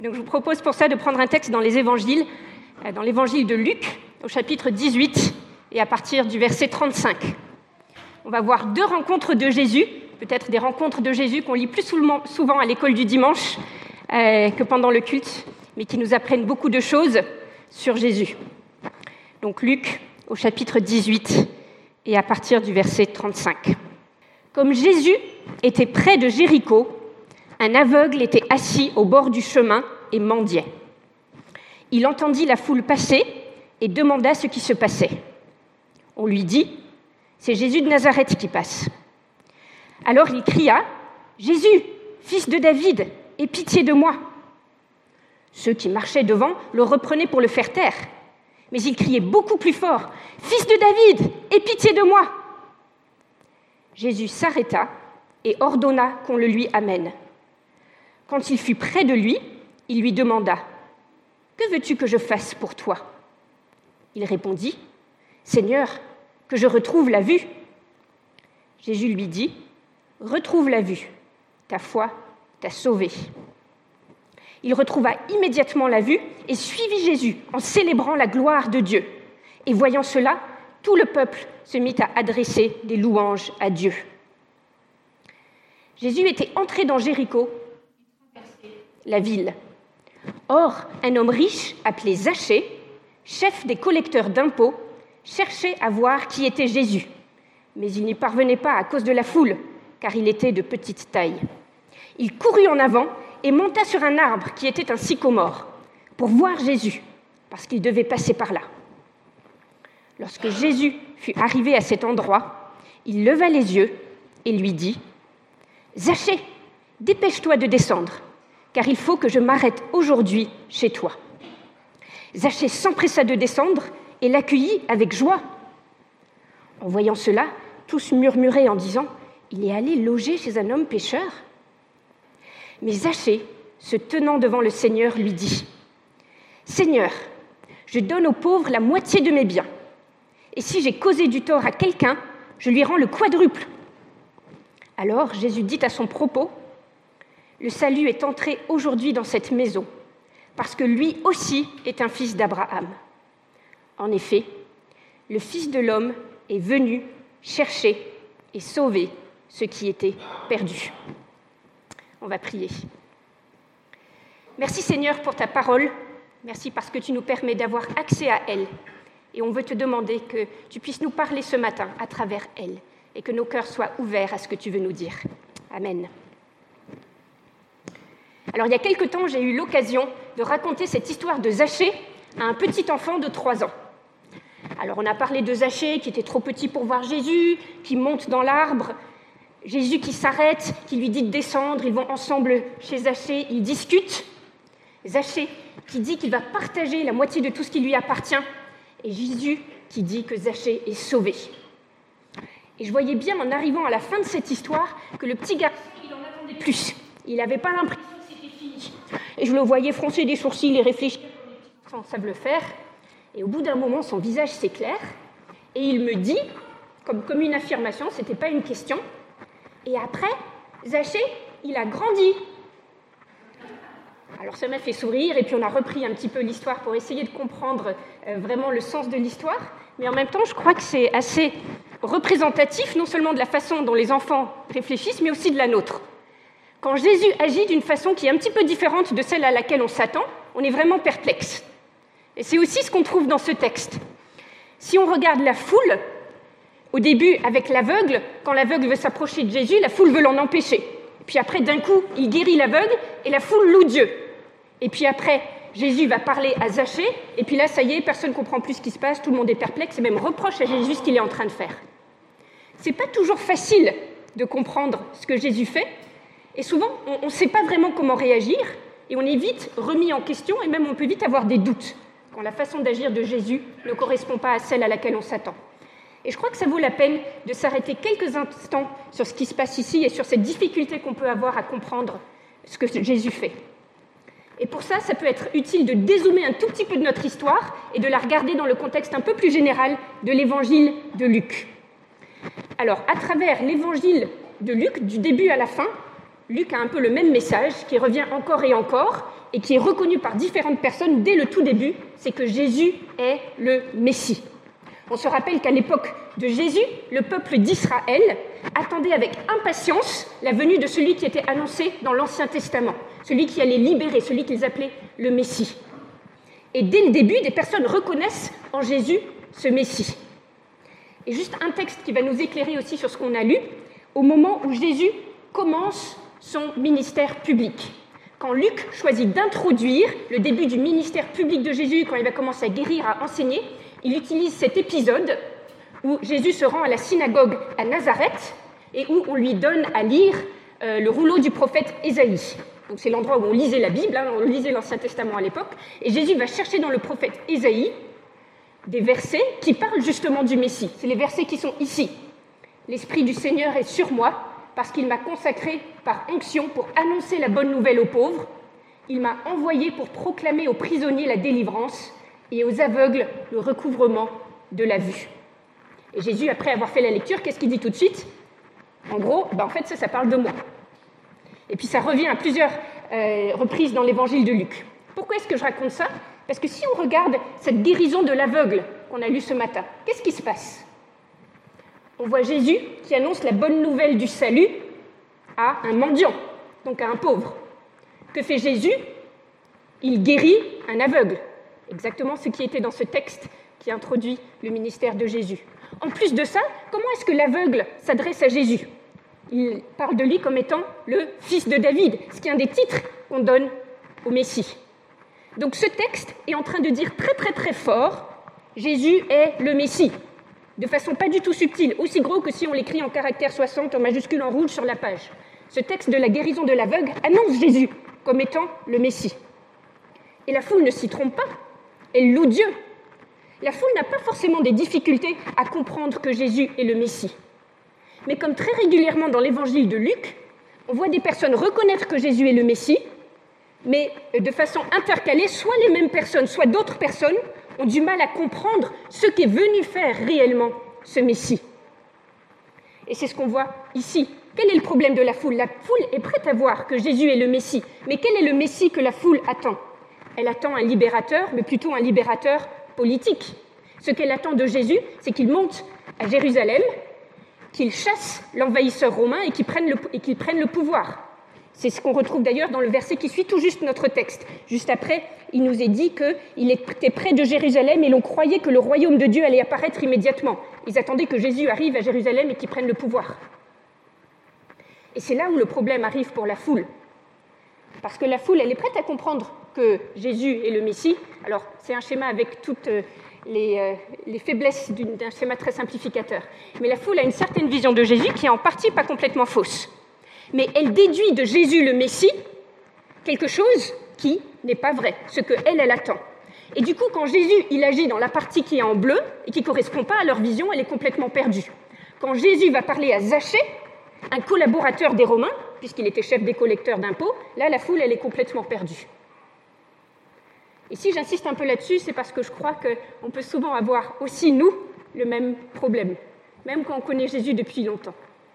Donc je vous propose pour ça de prendre un texte dans les évangiles, dans l'évangile de Luc, au chapitre 18, et à partir du verset 35. On va voir deux rencontres de Jésus, peut-être des rencontres de Jésus qu'on lit plus souvent à l'école du dimanche que pendant le culte, mais qui nous apprennent beaucoup de choses sur Jésus. Donc Luc, au chapitre 18, et à partir du verset 35. Comme Jésus était près de Jéricho, un aveugle était assis au bord du chemin et mendiait. Il entendit la foule passer et demanda ce qui se passait. On lui dit « C'est Jésus de Nazareth qui passe ». Alors il cria « Jésus, fils de David, aie pitié de moi ». Ceux qui marchaient devant le reprenaient pour le faire taire. Mais il criait beaucoup plus fort « Fils de David, aie pitié de moi ». Jésus s'arrêta et ordonna qu'on le lui amène. Quand il fut près de lui, il lui demanda « Que veux-tu que je fasse pour toi ?» Il répondit « Seigneur, que je retrouve la vue. » Jésus lui dit « Retrouve la vue, ta foi t'a sauvé. » Il retrouva immédiatement la vue et suivit Jésus en célébrant la gloire de Dieu. Et voyant cela, tout le peuple se mit à adresser des louanges à Dieu. Jésus était entré dans Jéricho, la ville. Or, un homme riche appelé Zachée, chef des collecteurs d'impôts, cherchait à voir qui était Jésus. Mais il n'y parvenait pas à cause de la foule, car il était de petite taille. Il courut en avant et monta sur un arbre qui était un sycomore, pour voir Jésus, parce qu'il devait passer par là. Lorsque Jésus fut arrivé à cet endroit, il leva les yeux et lui dit « Zachée, dépêche-toi de descendre, car il faut que je m'arrête aujourd'hui chez toi. » Zachée s'empressa de descendre et l'accueillit avec joie. En voyant cela, tous murmuraient en disant « Il est allé loger chez un homme pécheur ?» Mais Zachée, se tenant devant le Seigneur, lui dit « Seigneur, je donne aux pauvres la moitié de mes biens. Et si j'ai causé du tort à quelqu'un, je lui rends le quadruple. » Alors Jésus dit à son propos « Le salut est entré aujourd'hui dans cette maison, parce que lui aussi est un fils d'Abraham. En effet, le Fils de l'homme est venu chercher et sauver ceux qui étaient perdus. » On va prier. Merci Seigneur pour ta parole. Merci parce que tu nous permets d'avoir accès à elle. Et on veut te demander que tu puisses nous parler ce matin à travers elle et que nos cœurs soient ouverts à ce que tu veux nous dire. Amen. Alors, il y a quelque temps, j'ai eu l'occasion de raconter cette histoire de Zachée à un petit enfant de 3 ans. Alors, on a parlé de Zachée qui était trop petit pour voir Jésus, qui monte dans l'arbre, Jésus qui s'arrête, qui lui dit de descendre, ils vont ensemble chez Zachée, ils discutent. Zachée qui dit qu'il va partager la moitié de tout ce qui lui appartient, et Jésus qui dit que Zachée est sauvé. Et je voyais bien en arrivant à la fin de cette histoire que le petit garçon, il en attendait plus. Il n'avait pas l'impression que c'était fini. Et je le voyais froncer des sourcils et réfléchir comme les petits enfants savent le faire. Et au bout d'un moment, son visage s'éclaire et il me dit, comme une affirmation, ce n'était pas une question, et après, Zachée, il a grandi. Alors ça m'a fait sourire et puis on a repris un petit peu l'histoire pour essayer de comprendre vraiment le sens de l'histoire. Mais en même temps, je crois que c'est assez représentatif, non seulement de la façon dont les enfants réfléchissent, mais aussi de la nôtre. Quand Jésus agit d'une façon qui est un petit peu différente de celle à laquelle on s'attend, on est vraiment perplexe. Et c'est aussi ce qu'on trouve dans ce texte. Si on regarde la foule, au début avec l'aveugle, quand l'aveugle veut s'approcher de Jésus, la foule veut l'en empêcher. Puis après, d'un coup, il guérit l'aveugle et la foule loue Dieu. Et puis après, Jésus va parler à Zachée, et puis là, ça y est, personne ne comprend plus ce qui se passe, tout le monde est perplexe, et même reproche à Jésus ce qu'il est en train de faire. C'est pas toujours facile de comprendre ce que Jésus fait, et souvent, on ne sait pas vraiment comment réagir, et on est vite remis en question, et même on peut vite avoir des doutes, quand la façon d'agir de Jésus ne correspond pas à celle à laquelle on s'attend. Et je crois que ça vaut la peine de s'arrêter quelques instants sur ce qui se passe ici, et sur cette difficulté qu'on peut avoir à comprendre ce que Jésus fait. Et pour ça, ça peut être utile de dézoomer un tout petit peu de notre histoire et de la regarder dans le contexte un peu plus général de l'évangile de Luc. Alors, à travers l'évangile de Luc, du début à la fin, Luc a un peu le même message qui revient encore et encore. et qui est reconnu par différentes personnes dès le tout début, c'est que Jésus est le Messie. On se rappelle qu'à l'époque de Jésus, le peuple d'Israël attendait avec impatience la venue de celui qui était annoncé dans l'Ancien Testament, celui qui allait libérer, celui qu'ils appelaient le Messie. Et dès le début, des personnes reconnaissent en Jésus ce Messie. Et juste un texte qui va nous éclairer aussi sur ce qu'on a lu, au moment où Jésus commence son ministère public. Quand Luc choisit d'introduire le début du ministère public de Jésus, quand il va commencer à guérir, à enseigner, il utilise cet épisode où Jésus se rend à la synagogue à Nazareth et où on lui donne à lire le rouleau du prophète Ésaïe. Donc c'est l'endroit où on lisait la Bible, on lisait l'Ancien Testament à l'époque, et Jésus va chercher dans le prophète Ésaïe des versets qui parlent justement du Messie. C'est les versets qui sont ici. « L'Esprit du Seigneur est sur moi, parce qu'il m'a consacré par onction pour annoncer la bonne nouvelle aux pauvres. Il m'a envoyé pour proclamer aux prisonniers la délivrance et aux aveugles le recouvrement de la vue. » Et Jésus, après avoir fait la lecture, qu'est-ce qu'il dit tout de suite ? En gros, en fait, ça parle de moi. Et puis ça revient à plusieurs reprises dans l'évangile de Luc. Pourquoi est-ce que je raconte ça ? Parce que si on regarde cette guérison de l'aveugle qu'on a lue ce matin, qu'est-ce qui se passe ? On voit Jésus qui annonce la bonne nouvelle du salut à un mendiant, donc à un pauvre. Que fait Jésus ? Il guérit un aveugle. Exactement ce qui était dans ce texte qui introduit le ministère de Jésus. En plus de ça, comment est-ce que l'aveugle s'adresse à Jésus ? Il parle de lui comme étant le fils de David, ce qui est un des titres qu'on donne au Messie. Donc ce texte est en train de dire très très très fort « Jésus est le Messie », de façon pas du tout subtile, aussi gros que si on l'écrit en caractère 60 en majuscule en rouge sur la page. Ce texte de la guérison de l'aveugle annonce Jésus comme étant le Messie. Et la foule ne s'y trompe pas, elle loue Dieu. La foule n'a pas forcément des difficultés à comprendre que Jésus est le Messie. Mais comme très régulièrement dans l'évangile de Luc, on voit des personnes reconnaître que Jésus est le Messie, mais de façon intercalée, soit les mêmes personnes, soit d'autres personnes ont du mal à comprendre ce qu'est venu faire réellement ce Messie. Et c'est ce qu'on voit ici. Quel est le problème de la foule ? La foule est prête à voir que Jésus est le Messie. Mais quel est le Messie que la foule attend ? Elle attend un libérateur, mais plutôt un libérateur politique. Ce qu'elle attend de Jésus, c'est qu'il monte à Jérusalem, qu'il chasse l'envahisseur romain et qu'il prenne le pouvoir. C'est ce qu'on retrouve d'ailleurs dans le verset qui suit tout juste notre texte. Juste après, il nous est dit qu'il était près de Jérusalem et l'on croyait que le royaume de Dieu allait apparaître immédiatement. Ils attendaient que Jésus arrive à Jérusalem et qu'il prenne le pouvoir. Et c'est là où le problème arrive pour la foule. Parce que la foule, elle est prête à comprendre que Jésus est le Messie. Alors, c'est un schéma avec toutes les faiblesses d'un schéma très simplificateur. Mais la foule a une certaine vision de Jésus qui est en partie pas complètement fausse. Mais elle déduit de Jésus le Messie quelque chose qui n'est pas vrai, ce qu'elle attend. Et du coup, quand Jésus il agit dans la partie qui est en bleu et qui ne correspond pas à leur vision, elle est complètement perdue. Quand Jésus va parler à Zachée, un collaborateur des Romains, puisqu'il était chef des collecteurs d'impôts, là, la foule, elle est complètement perdue. Et si j'insiste un peu là-dessus, c'est parce que je crois qu'on peut souvent avoir aussi, nous, le même problème, même quand on connaît Jésus depuis longtemps.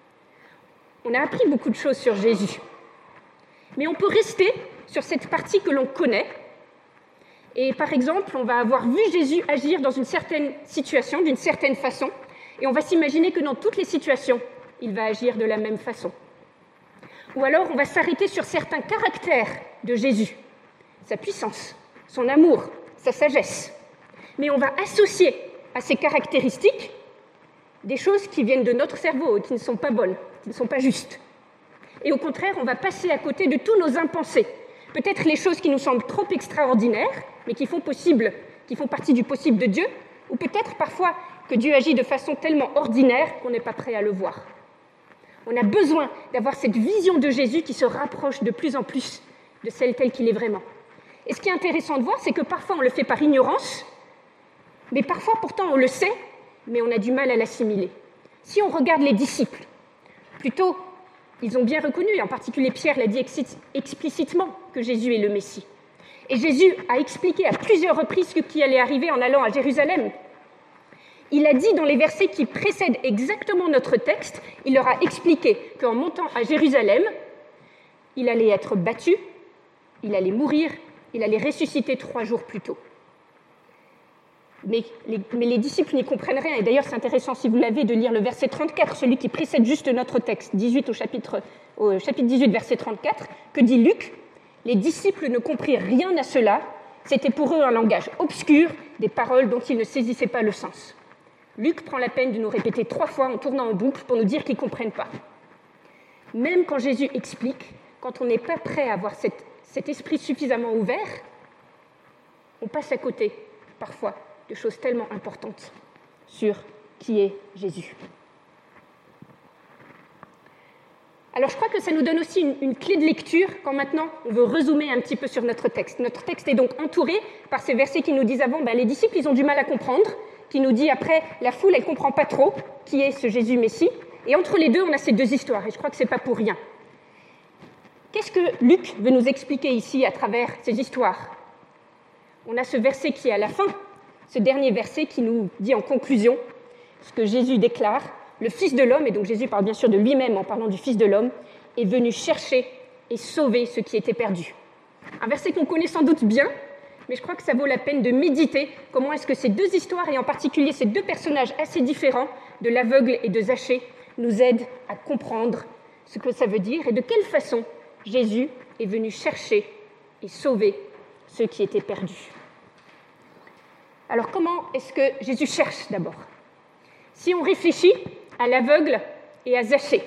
On a appris beaucoup de choses sur Jésus. Mais on peut rester sur cette partie que l'on connaît. Et par exemple, on va avoir vu Jésus agir dans une certaine situation, d'une certaine façon, et on va s'imaginer que dans toutes les situations, il va agir de la même façon. Ou alors, on va s'arrêter sur certains caractères de Jésus, sa puissance, son amour, sa sagesse. Mais on va associer à ces caractéristiques des choses qui viennent de notre cerveau, qui ne sont pas bonnes, qui ne sont pas justes. Et au contraire, on va passer à côté de tous nos impensés. Peut-être les choses qui nous semblent trop extraordinaires, mais qui font partie du possible de Dieu, ou peut-être parfois que Dieu agit de façon tellement ordinaire qu'on n'est pas prêt à le voir. On a besoin d'avoir cette vision de Jésus qui se rapproche de plus en plus de celle telle qu'il est vraiment. Et ce qui est intéressant de voir, c'est que parfois on le fait par ignorance, mais parfois pourtant on le sait, mais on a du mal à l'assimiler. Si on regarde les disciples, plutôt, ils ont bien reconnu, et en particulier Pierre l'a dit explicitement, que Jésus est le Messie. Et Jésus a expliqué à plusieurs reprises ce qui allait arriver en allant à Jérusalem. Il a dit dans les versets qui précèdent exactement notre texte, il leur a expliqué qu'en montant à Jérusalem, il allait être battu, il allait mourir il allait ressusciter 3 jours plus tôt. Mais les disciples n'y comprennent rien. Et d'ailleurs, c'est intéressant, si vous l'avez, de lire le verset 34, celui qui précède juste notre texte, au chapitre 18, verset 34, que dit Luc. Les disciples ne comprirent rien à cela. C'était pour eux un langage obscur, des paroles dont ils ne saisissaient pas le sens. Luc prend la peine de nous répéter 3 fois en tournant en boucle pour nous dire qu'ils ne comprennent pas. Même quand Jésus explique, quand on n'est pas prêt à avoir cet esprit suffisamment ouvert, on passe à côté, parfois, de choses tellement importantes sur qui est Jésus. Alors je crois que ça nous donne aussi une clé de lecture quand maintenant on veut rezoomer un petit peu sur notre texte. Notre texte est donc entouré par ces versets qui nous disent avant, les disciples ils ont du mal à comprendre, qui nous dit après, la foule elle ne comprend pas trop qui est ce Jésus Messie, et entre les deux on a ces 2 histoires, et je crois que ce n'est pas pour rien. Qu'est-ce que Luc veut nous expliquer ici à travers ces histoires ? On a ce verset qui est à la fin, ce dernier verset qui nous dit en conclusion ce que Jésus déclare, le Fils de l'homme, et donc Jésus parle bien sûr de lui-même en parlant du Fils de l'homme, est venu chercher et sauver ce qui était perdu. Un verset qu'on connaît sans doute bien, mais je crois que ça vaut la peine de méditer comment est-ce que ces 2 histoires, et en particulier ces 2 personnages assez différents, de l'aveugle et de Zachée, nous aident à comprendre ce que ça veut dire et de quelle façon Jésus est venu chercher et sauver ceux qui étaient perdus. Alors comment est-ce que Jésus cherche d'abord ? Si on réfléchit à l'aveugle et à Zachée,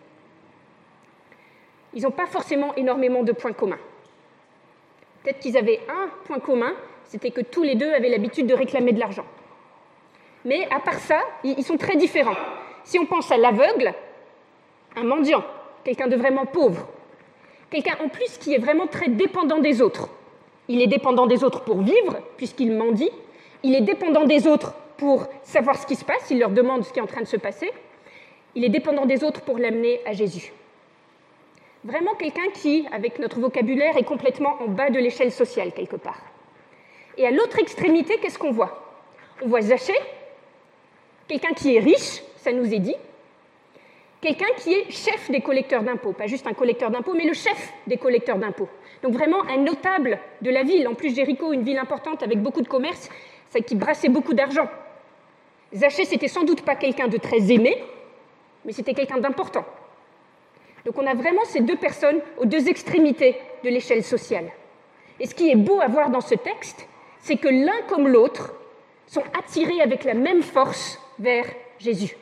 ils n'ont pas forcément énormément de points communs. Peut-être qu'ils avaient un point commun, c'était que tous les 2 avaient l'habitude de réclamer de l'argent. Mais à part ça, ils sont très différents. Si on pense à l'aveugle, un mendiant, quelqu'un de vraiment pauvre, quelqu'un en plus qui est vraiment très dépendant des autres. Il est dépendant des autres pour vivre, puisqu'il mendie. Il est dépendant des autres pour savoir ce qui se passe, il leur demande ce qui est en train de se passer. Il est dépendant des autres pour l'amener à Jésus. Vraiment quelqu'un qui, avec notre vocabulaire, est complètement en bas de l'échelle sociale, quelque part. Et à l'autre extrémité, qu'est-ce qu'on voit ? On voit Zachée, quelqu'un qui est riche, ça nous est dit, quelqu'un qui est chef des collecteurs d'impôts, pas juste un collecteur d'impôts, mais le chef des collecteurs d'impôts. Donc vraiment un notable de la ville. En plus, Jéricho, une ville importante avec beaucoup de commerce, qui brassait beaucoup d'argent. Zachée, c'était sans doute pas quelqu'un de très aimé, mais c'était quelqu'un d'important. Donc on a vraiment ces 2 personnes aux 2 extrémités de l'échelle sociale. Et ce qui est beau à voir dans ce texte, c'est que l'un comme l'autre sont attirés avec la même force vers Jésus.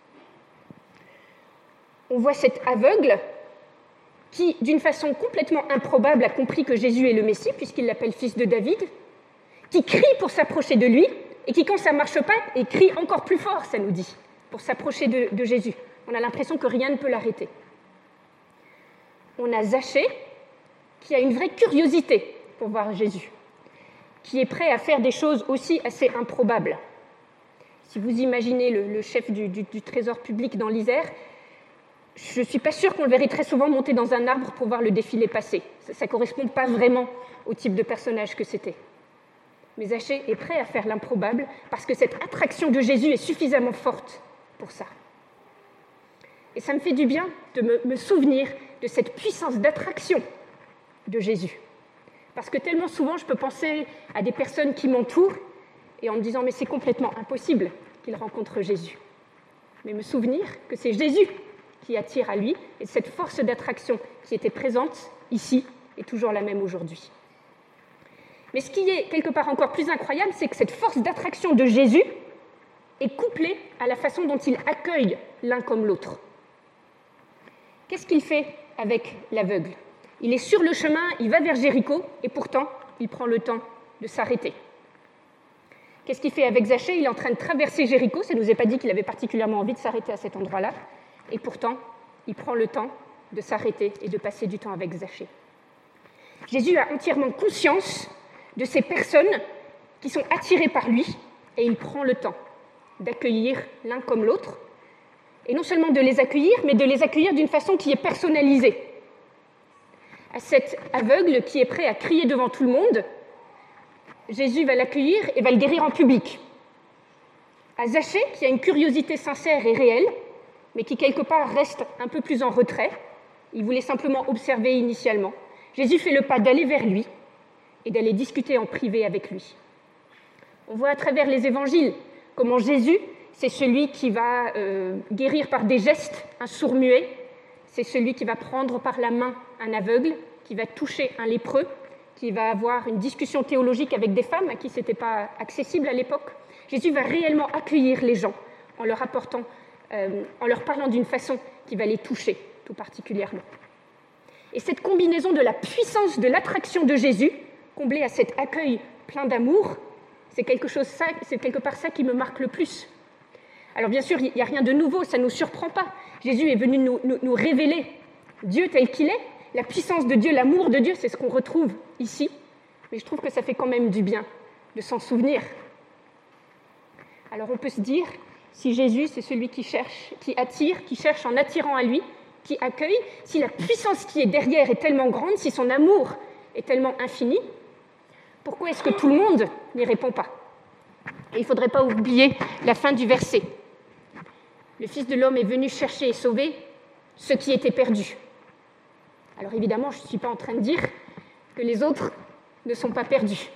On voit cet aveugle qui, d'une façon complètement improbable, a compris que Jésus est le Messie, puisqu'il l'appelle fils de David, qui crie pour s'approcher de lui, et qui, quand ça ne marche pas, et crie encore plus fort, ça nous dit, pour s'approcher de Jésus. On a l'impression que rien ne peut l'arrêter. On a Zachée, qui a une vraie curiosité pour voir Jésus, qui est prêt à faire des choses aussi assez improbables. Si vous imaginez le chef du trésor public dans l'Isère, je ne suis pas sûre qu'on le verrait très souvent monter dans un arbre pour voir le défilé passer. Ça ne correspond pas vraiment au type de personnage que c'était. Mais Zachée est prêt à faire l'improbable parce que cette attraction de Jésus est suffisamment forte pour ça. Et ça me fait du bien de me souvenir de cette puissance d'attraction de Jésus. Parce que tellement souvent, je peux penser à des personnes qui m'entourent et en me disant « mais c'est complètement impossible qu'ils rencontrent Jésus ». Mais me souvenir que c'est Jésus qui attire à lui et cette force d'attraction qui était présente ici est toujours la même aujourd'hui. Mais ce qui est quelque part encore plus incroyable, c'est que cette force d'attraction de Jésus est couplée à la façon dont il accueille l'un comme l'autre. Qu'est-ce qu'il fait avec l'aveugle ? Il est sur le chemin, il va vers Jéricho, et pourtant, il prend le temps de s'arrêter. Qu'est-ce qu'il fait avec Zachée ? Il est en train de traverser Jéricho, ça ne nous est pas dit qu'il avait particulièrement envie de s'arrêter à cet endroit-là, et pourtant, il prend le temps de s'arrêter et de passer du temps avec Zachée. Jésus a entièrement conscience de ces personnes qui sont attirées par lui, et il prend le temps d'accueillir l'un comme l'autre, et non seulement de les accueillir, mais de les accueillir d'une façon qui est personnalisée. À cet aveugle qui est prêt à crier devant tout le monde, Jésus va l'accueillir et va le guérir en public. À Zachée, qui a une curiosité sincère et réelle, mais qui quelque part reste un peu plus en retrait, il voulait simplement observer initialement, Jésus fait le pas d'aller vers lui, et d'aller discuter en privé avec lui. On voit à travers les évangiles comment Jésus, c'est celui qui va guérir par des gestes un sourd-muet, c'est celui qui va prendre par la main un aveugle, qui va toucher un lépreux, qui va avoir une discussion théologique avec des femmes à qui ce n'était pas accessible à l'époque. Jésus va réellement accueillir les gens en leur parlant d'une façon qui va les toucher tout particulièrement. Et cette combinaison de la puissance de l'attraction de Jésus, comblée à cet accueil plein d'amour, c'est quelque part ça qui me marque le plus. Alors bien sûr, il n'y a rien de nouveau, ça ne nous surprend pas. Jésus est venu nous révéler Dieu tel qu'il est, la puissance de Dieu, l'amour de Dieu, c'est ce qu'on retrouve ici. Mais je trouve que ça fait quand même du bien de s'en souvenir. Alors on peut se dire, si Jésus, c'est celui qui cherche, qui attire, qui cherche en attirant à lui, qui accueille, si la puissance qui est derrière est tellement grande, si son amour est tellement infini, pourquoi est-ce que tout le monde n'y répond pas? Et il ne faudrait pas oublier la fin du verset. Le Fils de l'homme est venu chercher et sauver ceux qui étaient perdus. Alors évidemment, je ne suis pas en train de dire que les autres ne sont pas perdus.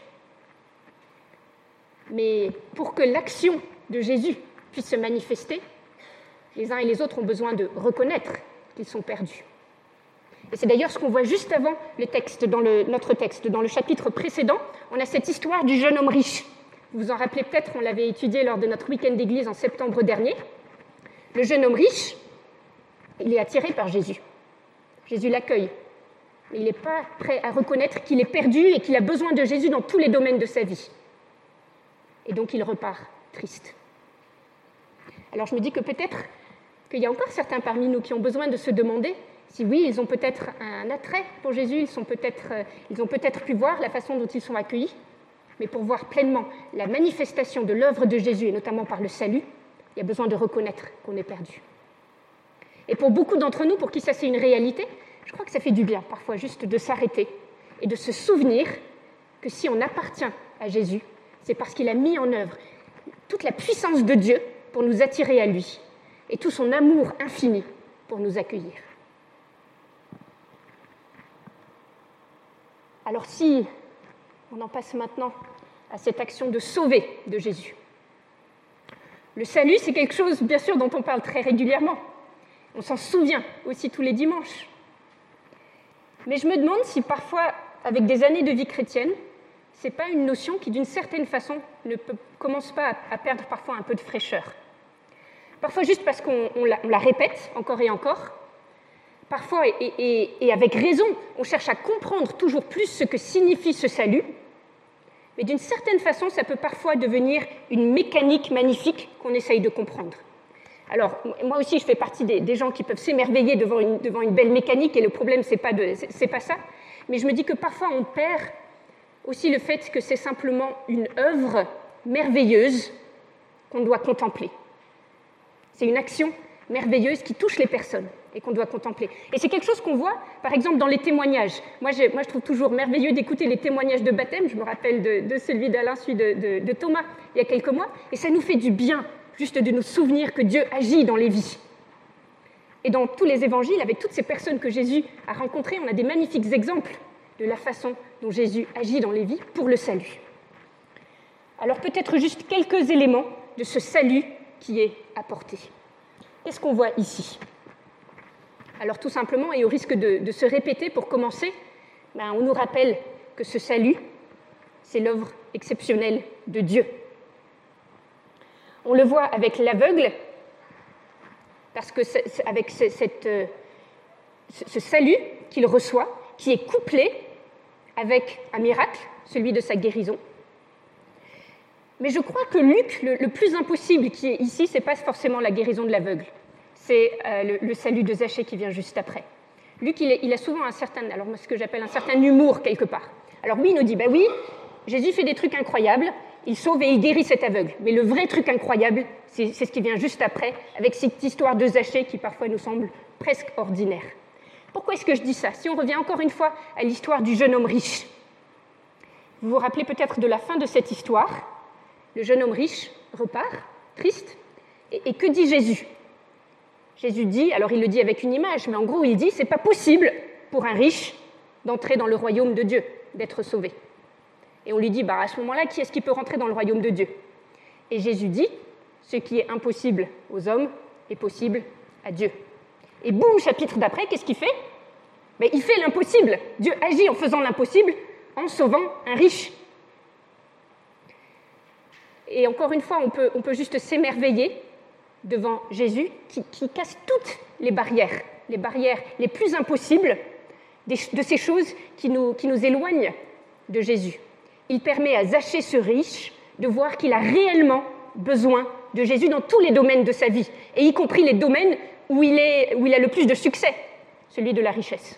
Mais pour que l'action de Jésus puisse se manifester, les uns et les autres ont besoin de reconnaître qu'ils sont perdus. Et c'est d'ailleurs ce qu'on voit juste avant notre texte. Dans le chapitre précédent, on a cette histoire du jeune homme riche. Vous vous en rappelez peut-être, on l'avait étudié lors de notre week-end d'église en septembre dernier. Le jeune homme riche, il est attiré par Jésus. Jésus l'accueille. Mais il n'est pas prêt à reconnaître qu'il est perdu et qu'il a besoin de Jésus dans tous les domaines de sa vie. Et donc il repart triste. Alors je me dis que peut-être qu'il y a encore certains parmi nous qui ont besoin de se demander si oui, ils ont peut-être un attrait pour Jésus, ils ont peut-être pu voir la façon dont ils sont accueillis, mais pour voir pleinement la manifestation de l'œuvre de Jésus, et notamment par le salut, il y a besoin de reconnaître qu'on est perdu. Et pour beaucoup d'entre nous, pour qui ça c'est une réalité, je crois que ça fait du bien parfois juste de s'arrêter et de se souvenir que si on appartient à Jésus, c'est parce qu'il a mis en œuvre toute la puissance de Dieu pour nous attirer à lui et tout son amour infini pour nous accueillir. Alors si on en passe maintenant à cette action de sauver de Jésus. Le salut, c'est quelque chose, bien sûr, dont on parle très régulièrement. On s'en souvient aussi tous les dimanches. Mais je me demande si parfois, avec des années de vie chrétienne, ce n'est pas une notion qui, d'une certaine façon, commence pas à perdre parfois un peu de fraîcheur. Parfois juste parce qu'on la répète encore et encore. Parfois, et avec raison, on cherche à comprendre toujours plus ce que signifie ce salut. Mais d'une certaine façon, ça peut parfois devenir une mécanique magnifique qu'on essaye de comprendre. Alors, moi aussi, je fais partie des gens qui peuvent s'émerveiller devant une belle mécanique, et le problème, c'est pas ça. Mais je me dis que parfois, on perd aussi le fait que c'est simplement une œuvre merveilleuse qu'on doit contempler. C'est une action merveilleuse qui touche les personnes et qu'on doit contempler. Et c'est quelque chose qu'on voit, par exemple, dans les témoignages. Moi, je trouve toujours merveilleux d'écouter les témoignages de baptême. Je me rappelle de celui d'Alain, celui de Thomas, il y a quelques mois. Et ça nous fait du bien, juste de nous souvenir que Dieu agit dans les vies. Et dans tous les évangiles, avec toutes ces personnes que Jésus a rencontrées, on a des magnifiques exemples de la façon dont Jésus agit dans les vies pour le salut. Alors peut-être juste quelques éléments de ce salut qui est apporté. Qu'est-ce qu'on voit ici ? Alors tout simplement, et au risque de se répéter pour commencer, on nous rappelle que ce salut, c'est l'œuvre exceptionnelle de Dieu. On le voit avec l'aveugle, parce que avec ce salut qu'il reçoit, qui est couplé avec un miracle, celui de sa guérison. Mais je crois que Luc, le plus impossible qui est ici, ce n'est pas forcément la guérison de l'aveugle. C'est le salut de Zachée qui vient juste après. Luc, il a souvent ce que j'appelle un certain humour quelque part. Alors oui, il nous dit, oui, Jésus fait des trucs incroyables, il sauve et il guérit cet aveugle. Mais le vrai truc incroyable, c'est ce qui vient juste après, avec cette histoire de Zachée qui parfois nous semble presque ordinaire. Pourquoi est-ce que je dis ça ? Si on revient encore une fois à l'histoire du jeune homme riche, vous vous rappelez peut-être de la fin de cette histoire. Le jeune homme riche repart, triste, et que dit Jésus ? Jésus dit, alors il le dit avec une image, mais en gros il dit, c'est pas possible pour un riche d'entrer dans le royaume de Dieu, d'être sauvé. Et on lui dit, à ce moment-là, qui est-ce qui peut rentrer dans le royaume de Dieu? Et Jésus dit, ce qui est impossible aux hommes est possible à Dieu. Et boum, chapitre d'après, qu'est-ce qu'il fait? Il fait l'impossible. Dieu agit en faisant l'impossible, en sauvant un riche. Et encore une fois, on peut juste s'émerveiller devant Jésus qui casse toutes les barrières les plus impossibles de ces choses qui nous éloignent de Jésus. Il permet à Zachée, ce riche, de voir qu'il a réellement besoin de Jésus dans tous les domaines de sa vie, et y compris les domaines où il a le plus de succès, celui de la richesse.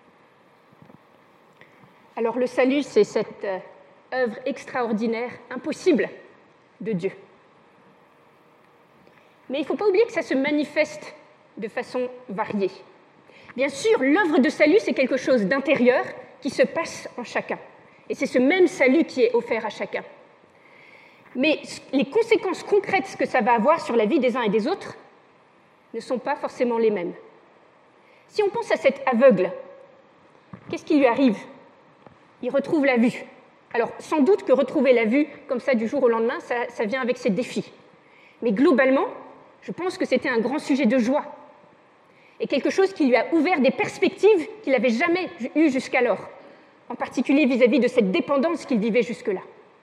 Alors le salut, c'est cette œuvre extraordinaire, impossible de Dieu. Mais il ne faut pas oublier que ça se manifeste de façon variée. Bien sûr, l'œuvre de salut, c'est quelque chose d'intérieur qui se passe en chacun. Et c'est ce même salut qui est offert à chacun. Mais les conséquences concrètes que ça va avoir sur la vie des uns et des autres ne sont pas forcément les mêmes. Si on pense à cet aveugle, qu'est-ce qui lui arrive? Il retrouve la vue. Alors, sans doute que retrouver la vue comme ça du jour au lendemain, ça vient avec ses défis. Mais globalement, je pense que c'était un grand sujet de joie et quelque chose qui lui a ouvert des perspectives qu'il n'avait jamais eues jusqu'alors, en particulier vis-à-vis de cette dépendance qu'il vivait jusque-là.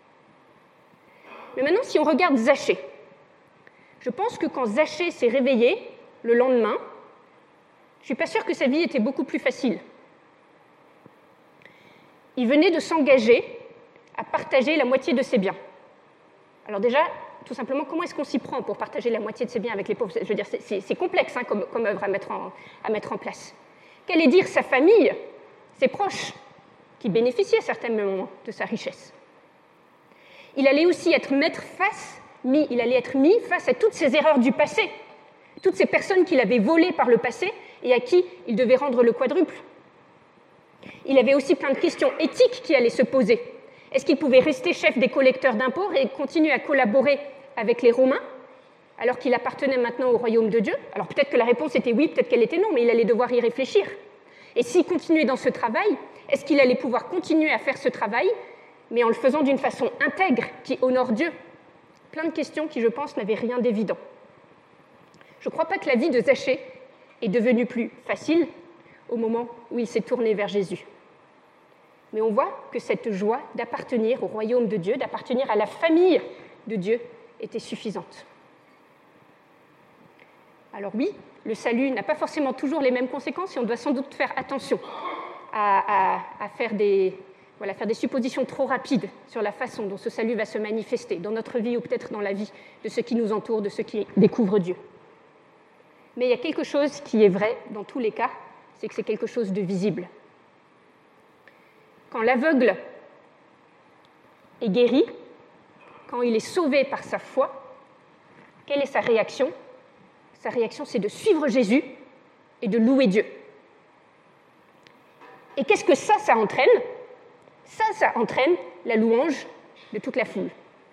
Mais maintenant, si on regarde Zachée, je pense que quand Zachée s'est réveillé le lendemain, je ne suis pas sûre que sa vie était beaucoup plus facile. Il venait de s'engager à partager la moitié de ses biens. Alors déjà, tout simplement, comment est-ce qu'on s'y prend pour partager la moitié de ses biens avec les pauvres? Je veux dire, c'est complexe comme œuvre à mettre en place. Qu'allait dire sa famille, ses proches, qui bénéficiaient à certains moments de sa richesse? Il allait aussi être mis face à toutes ces erreurs du passé, toutes ces personnes qu'il avait volées par le passé et à qui il devait rendre le quadruple. Il avait aussi plein de questions éthiques qui allaient se poser. Est-ce qu'il pouvait rester chef des collecteurs d'impôts et continuer à collaborer avec les Romains, alors qu'il appartenait maintenant au royaume de Dieu? Alors peut-être que la réponse était oui, peut-être qu'elle était non, mais il allait devoir y réfléchir. Et s'il continuait dans ce travail, est-ce qu'il allait pouvoir continuer à faire ce travail, mais en le faisant d'une façon intègre, qui honore Dieu? Plein de questions qui, je pense, n'avaient rien d'évident. Je ne crois pas que la vie de Zachée est devenue plus facile au moment où il s'est tourné vers Jésus. Mais on voit que cette joie d'appartenir au royaume de Dieu, d'appartenir à la famille de Dieu, était suffisante. Alors oui, le salut n'a pas forcément toujours les mêmes conséquences et on doit sans doute faire attention à faire des suppositions trop rapides sur la façon dont ce salut va se manifester dans notre vie ou peut-être dans la vie de ceux qui nous entourent, de ceux qui découvrent Dieu. Mais il y a quelque chose qui est vrai dans tous les cas, c'est que c'est quelque chose de visible. Quand l'aveugle est guéri, quand il est sauvé par sa foi, quelle est sa réaction? Sa réaction, c'est de suivre Jésus et de louer Dieu. Et qu'est-ce que ça entraîne? Ça entraîne la louange de toute la foule.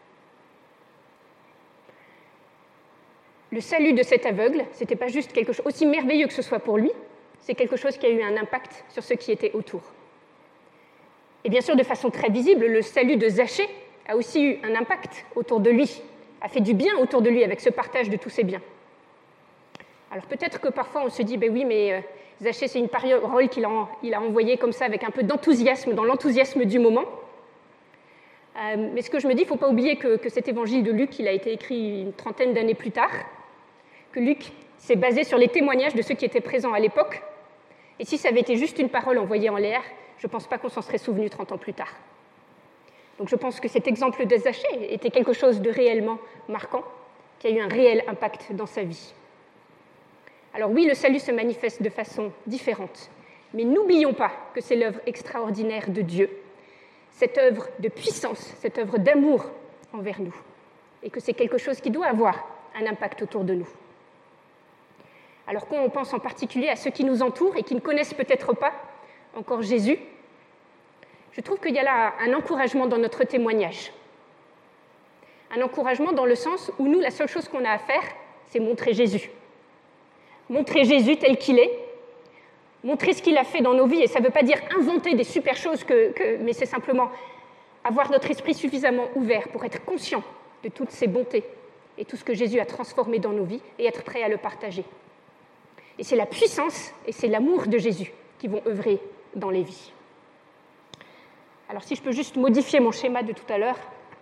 Le salut de cet aveugle, ce n'était pas juste quelque chose, aussi merveilleux que ce soit pour lui, c'est quelque chose qui a eu un impact sur ceux qui étaient autour. Et bien sûr, de façon très visible, le salut de Zachée a aussi eu un impact autour de lui, a fait du bien autour de lui avec ce partage de tous ses biens. Alors peut-être que parfois on se dit, oui, mais Zachée, c'est une parole qu'il a envoyée comme ça avec un peu d'enthousiasme, dans l'enthousiasme du moment. Mais ce que je me dis, il ne faut pas oublier que cet évangile de Luc, il a été écrit une trentaine d'années plus tard, que Luc s'est basé sur les témoignages de ceux qui étaient présents à l'époque. Et si ça avait été juste une parole envoyée en l'air, je ne pense pas qu'on s'en serait souvenu 30 ans plus tard. Donc je pense que cet exemple de Zachée était quelque chose de réellement marquant, qui a eu un réel impact dans sa vie. Alors oui, le salut se manifeste de façon différente, mais n'oublions pas que c'est l'œuvre extraordinaire de Dieu, cette œuvre de puissance, cette œuvre d'amour envers nous, et que c'est quelque chose qui doit avoir un impact autour de nous. Alors quand on pense en particulier à ceux qui nous entourent et qui ne connaissent peut-être pas encore Jésus, je trouve qu'il y a là un encouragement dans notre témoignage. Un encouragement dans le sens où nous, la seule chose qu'on a à faire, c'est montrer Jésus. Montrer Jésus tel qu'il est, montrer ce qu'il a fait dans nos vies, et ça ne veut pas dire inventer des super choses, mais c'est simplement avoir notre esprit suffisamment ouvert pour être conscient de toutes ces bontés et tout ce que Jésus a transformé dans nos vies et être prêt à le partager. Et c'est la puissance et c'est l'amour de Jésus qui vont œuvrer dans les vies. Alors si je peux juste modifier mon schéma de tout à l'heure,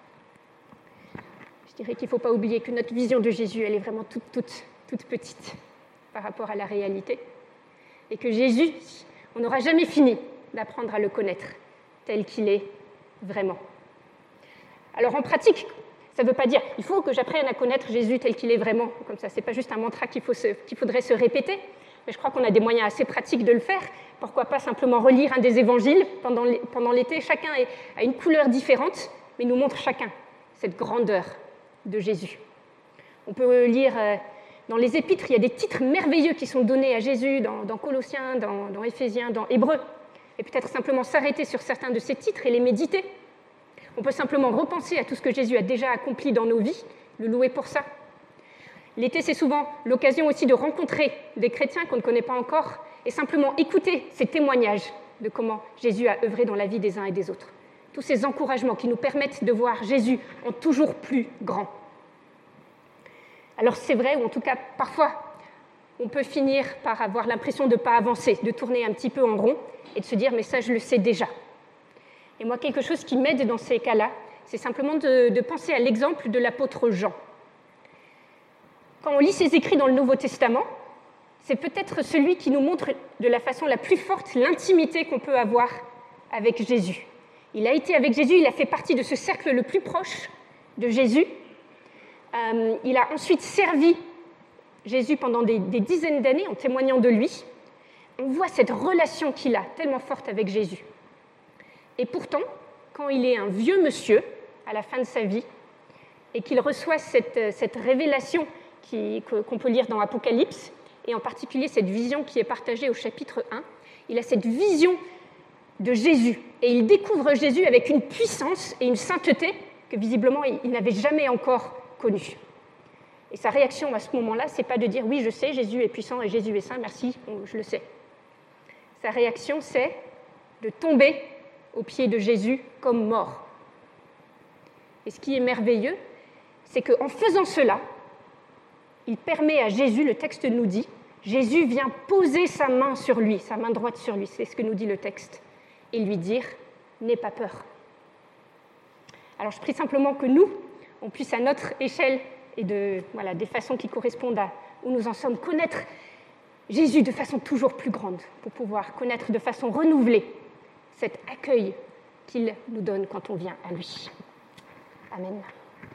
je dirais qu'il ne faut pas oublier que notre vision de Jésus, elle est vraiment toute petite par rapport à la réalité. Et que Jésus, on n'aura jamais fini d'apprendre à le connaître tel qu'il est vraiment. Alors en pratique, ça ne veut pas dire il faut que j'apprenne à connaître Jésus tel qu'il est vraiment. Comme ça, ce n'est pas juste un mantra qu'il faudrait se répéter, mais je crois qu'on a des moyens assez pratiques de le faire. Pourquoi pas simplement relire un des évangiles pendant l'été. Chacun a une couleur différente, mais nous montre chacun cette grandeur de Jésus. On peut lire dans les épîtres, il y a des titres merveilleux qui sont donnés à Jésus dans Colossiens, dans Éphésiens, dans Hébreux. Et peut-être simplement s'arrêter sur certains de ces titres et les méditer. On peut simplement repenser à tout ce que Jésus a déjà accompli dans nos vies, le louer pour ça. L'été, c'est souvent l'occasion aussi de rencontrer des chrétiens qu'on ne connaît pas encore et simplement écouter ces témoignages de comment Jésus a œuvré dans la vie des uns et des autres. Tous ces encouragements qui nous permettent de voir Jésus en toujours plus grand. Alors c'est vrai, ou en tout cas parfois, on peut finir par avoir l'impression de ne pas avancer, de tourner un petit peu en rond et de se dire « mais ça, je le sais déjà ». Et moi, quelque chose qui m'aide dans ces cas-là, c'est simplement de penser à l'exemple de l'apôtre Jean. Quand on lit ses écrits dans le Nouveau Testament, c'est peut-être celui qui nous montre de la façon la plus forte l'intimité qu'on peut avoir avec Jésus. Il a été avec Jésus, il a fait partie de ce cercle le plus proche de Jésus. Il a ensuite servi Jésus pendant des dizaines d'années en témoignant de lui. On voit cette relation qu'il a tellement forte avec Jésus. Et pourtant, quand il est un vieux monsieur, à la fin de sa vie, et qu'il reçoit cette révélation qu'on peut lire dans Apocalypse, et en particulier cette vision qui est partagée au chapitre 1, il a cette vision de Jésus, et il découvre Jésus avec une puissance et une sainteté que visiblement il n'avait jamais encore connue. Et sa réaction à ce moment-là, ce n'est pas de dire « oui, je sais, Jésus est puissant et Jésus est saint, merci, je le sais ». Sa réaction, c'est de tomber aux pieds de Jésus comme mort. Et ce qui est merveilleux, c'est qu'en faisant cela, il permet à Jésus, le texte nous dit, Jésus vient poser sa main sur lui, sa main droite sur lui, c'est ce que nous dit le texte, et lui dire « n'aie pas peur ». Alors je prie simplement que nous, on puisse à notre échelle et des façons qui correspondent à où nous en sommes, connaître Jésus de façon toujours plus grande, pour pouvoir connaître de façon renouvelée cet accueil qu'il nous donne quand on vient à lui. Amen.